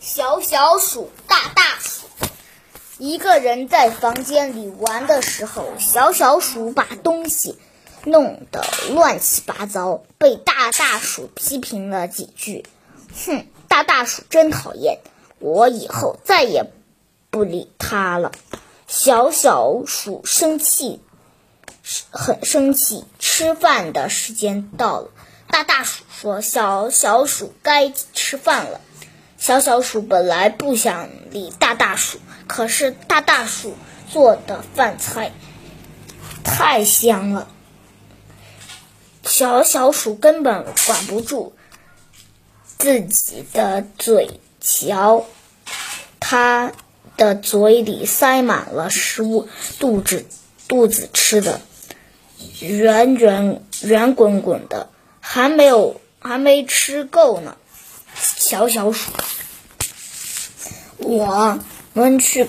小小鼠，大大鼠。一个人在房间里玩的时候，小小鼠把东西弄得乱七八糟，被大大鼠批评了几句。哼，大大鼠真讨厌，我以后再也不理他了。小小鼠很生气。吃饭的时间到了，大大鼠说：“小小鼠该吃饭了。”小小鼠本来不想理大大鼠，可是大大鼠做的饭菜太香了，小小鼠根本管不住自己的嘴嚼，它的嘴里塞满了食物，肚子吃的圆滚滚的，还没吃够呢。小小鼠，我们去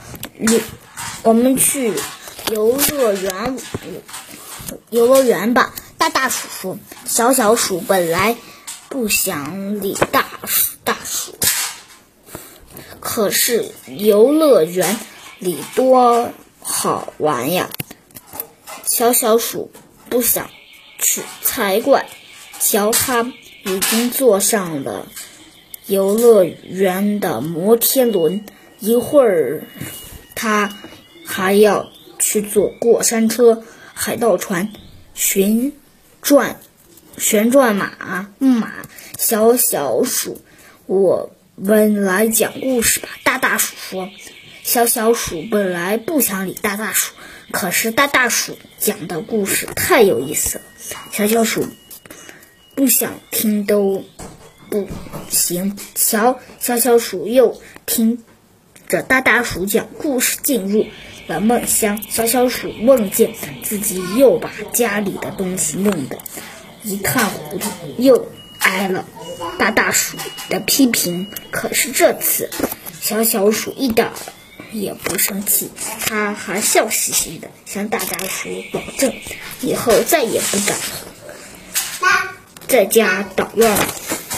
游乐园吧。大大鼠说。小小鼠本来不想理大鼠，可是游乐园里多好玩呀！小小鼠不想去才怪。瞧，他已经坐上了游乐园的摩天轮，一会儿他还要去坐过山车、海盗船、旋转马。小小鼠，我们来讲故事吧。大大鼠说。小小鼠本来不想理大大鼠，可是大大鼠讲的故事太有意思了，小小鼠不想听都不行。瞧，小小鼠又听着大大鼠讲故事进入了梦乡。小小鼠梦见自己又把家里的东西弄得一塌糊涂，又挨了大大鼠的批评。可是这次小小鼠一点也不生气，他还笑嘻嘻的向大大鼠保证，以后再也不敢在家捣乱了。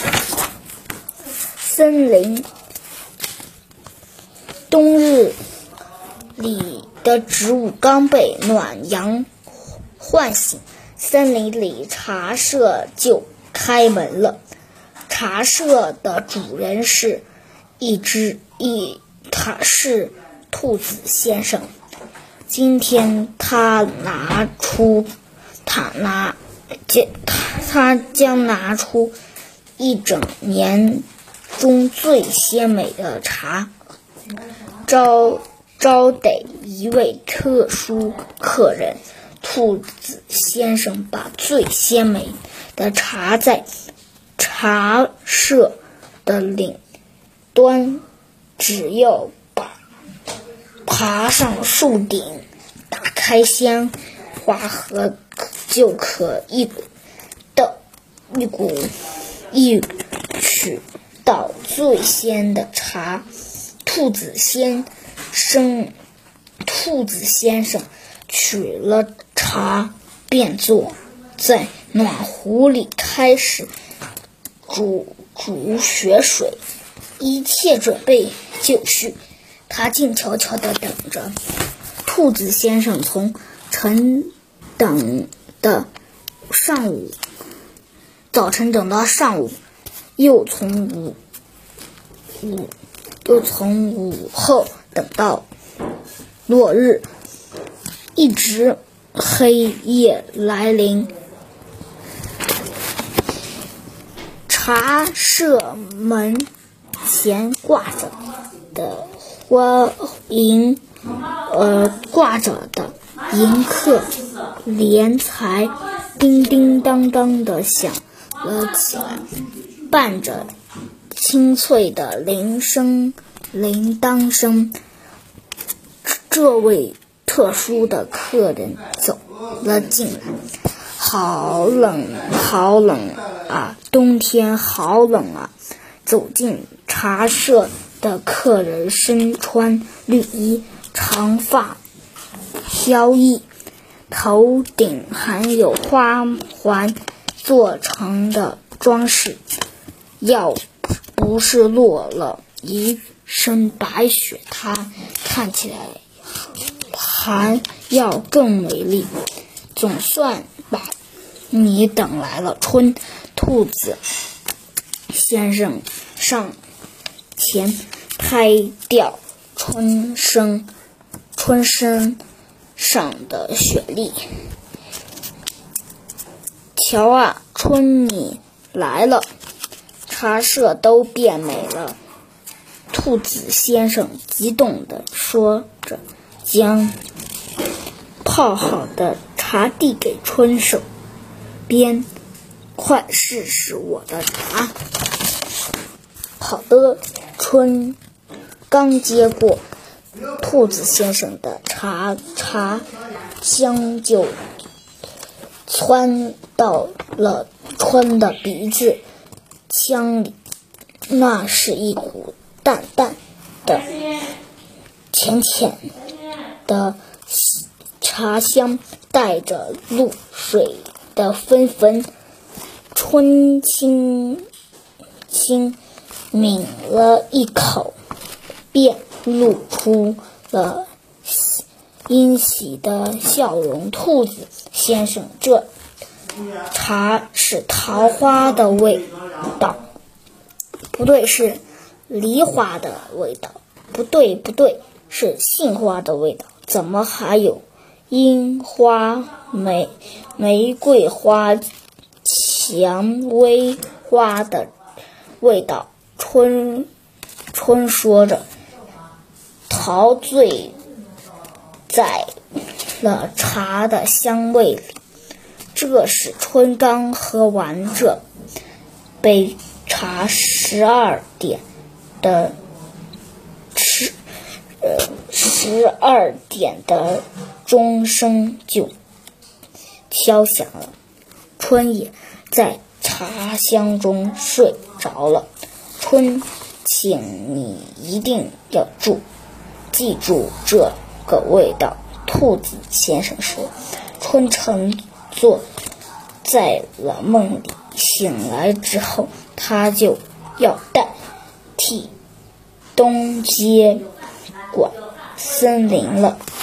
森林，冬日里的植物刚被暖阳唤醒，森林里茶社就开门了。茶社的主人是兔子先生。今天他将拿出一整年中最鲜美的茶，招待一位特殊客人。兔子先生把最鲜美的茶在茶社的顶端，只要爬上树顶，打开鲜花盒，就可一取到最鲜的茶。兔子先生取了茶，便坐在暖壶里开始煮血水，一切准备就绪。他静悄悄地等着。兔子先生从早晨等到上午，又从午后等到落日，一直黑夜来临。茶社门前挂着的迎客莲才叮叮当当地响了起来，伴着清脆的铃铛声。这位特殊的客人走了进来。好冷啊，冬天好冷啊。走进茶社的客人身穿绿衣，长发飘逸，头顶含有花环做成的装饰。要不是落了一身白雪，它看起来还要更美丽。总算把你等来了，春。兔子先生上前拍掉春身上的雪粒。瞧啊，春你来了，茶色都变美了。兔子先生激动地说着，将泡好的茶递给春手边。快试试我的茶。好的，春刚接过兔子先生的茶香就窜到了春的鼻子腔里，那是一股淡淡的、浅浅的茶香，带着露水的纷纷。春轻抿了一口，便露出了欣喜的笑容。兔子先生，这茶是桃花的味道，不对，是梨花的味道，不对，是杏花的味道，怎么还有樱花、玫瑰花、蔷薇花的味道？春说着，陶醉在了茶的香味里。这时春刚喝完这杯茶，12点的钟声就敲响了，春也在茶香中睡着了。春，请你一定要记住这个味道，兔子先生说。春沉坐在了梦里，醒来之后，他就要代替东接管森林了。